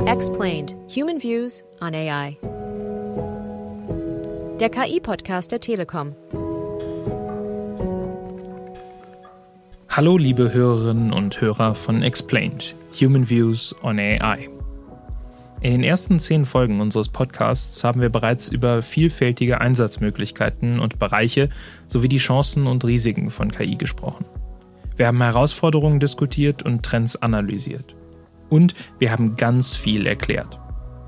Explained. Human Views on AI. Der KI-Podcast der Telekom. Hallo liebe Hörerinnen und Hörer von Explained. Human Views on AI. In den ersten 10 Folgen unseres Podcasts haben wir bereits über vielfältige Einsatzmöglichkeiten und Bereiche sowie die Chancen und Risiken von KI gesprochen. Wir haben Herausforderungen diskutiert und Trends analysiert. Und wir haben ganz viel erklärt.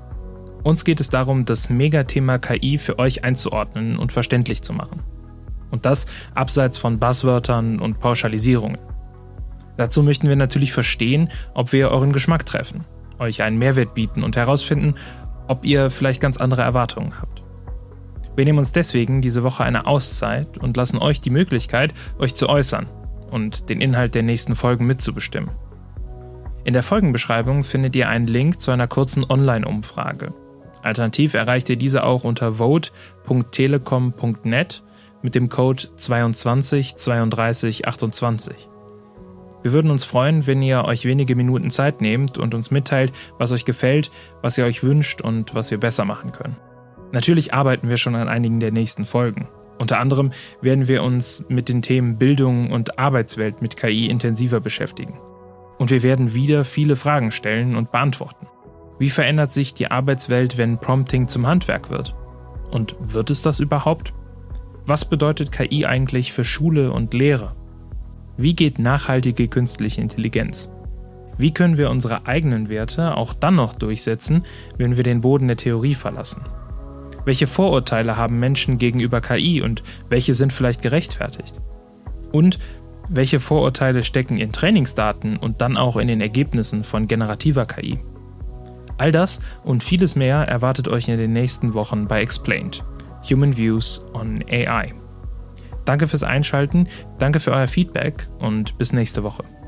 Uns geht es darum, das Megathema KI für euch einzuordnen und verständlich zu machen. Und das abseits von Buzzwörtern und Pauschalisierungen. Dazu möchten wir natürlich verstehen, ob wir euren Geschmack treffen, euch einen Mehrwert bieten und herausfinden, ob ihr vielleicht ganz andere Erwartungen habt. Wir nehmen uns deswegen diese Woche eine Auszeit und lassen euch die Möglichkeit, euch zu äußern und den Inhalt der nächsten Folgen mitzubestimmen. In der Folgenbeschreibung findet ihr einen Link zu einer kurzen Online-Umfrage. Alternativ erreicht ihr diese auch unter vote.telekom.net mit dem Code 22 32 28. Wir würden uns freuen, wenn ihr euch wenige Minuten Zeit nehmt und uns mitteilt, was euch gefällt, was ihr euch wünscht und was wir besser machen können. Natürlich arbeiten wir schon an einigen der nächsten Folgen. Unter anderem werden wir uns mit den Themen Bildung und Arbeitswelt mit KI intensiver beschäftigen. Und wir werden wieder viele Fragen stellen und beantworten. Wie verändert sich die Arbeitswelt, wenn Prompting zum Handwerk wird? Und wird es das überhaupt? Was bedeutet KI eigentlich für Schule und Lehre? Wie geht nachhaltige künstliche Intelligenz? Wie können wir unsere eigenen Werte auch dann noch durchsetzen, wenn wir den Boden der Theorie verlassen? Welche Vorurteile haben Menschen gegenüber KI und welche sind vielleicht gerechtfertigt? Und welche Vorurteile stecken in Trainingsdaten und dann auch in den Ergebnissen von generativer KI? All das und vieles mehr erwartet euch in den nächsten Wochen bei Explained. Human Views on AI. Danke fürs Einschalten, danke für euer Feedback und bis nächste Woche.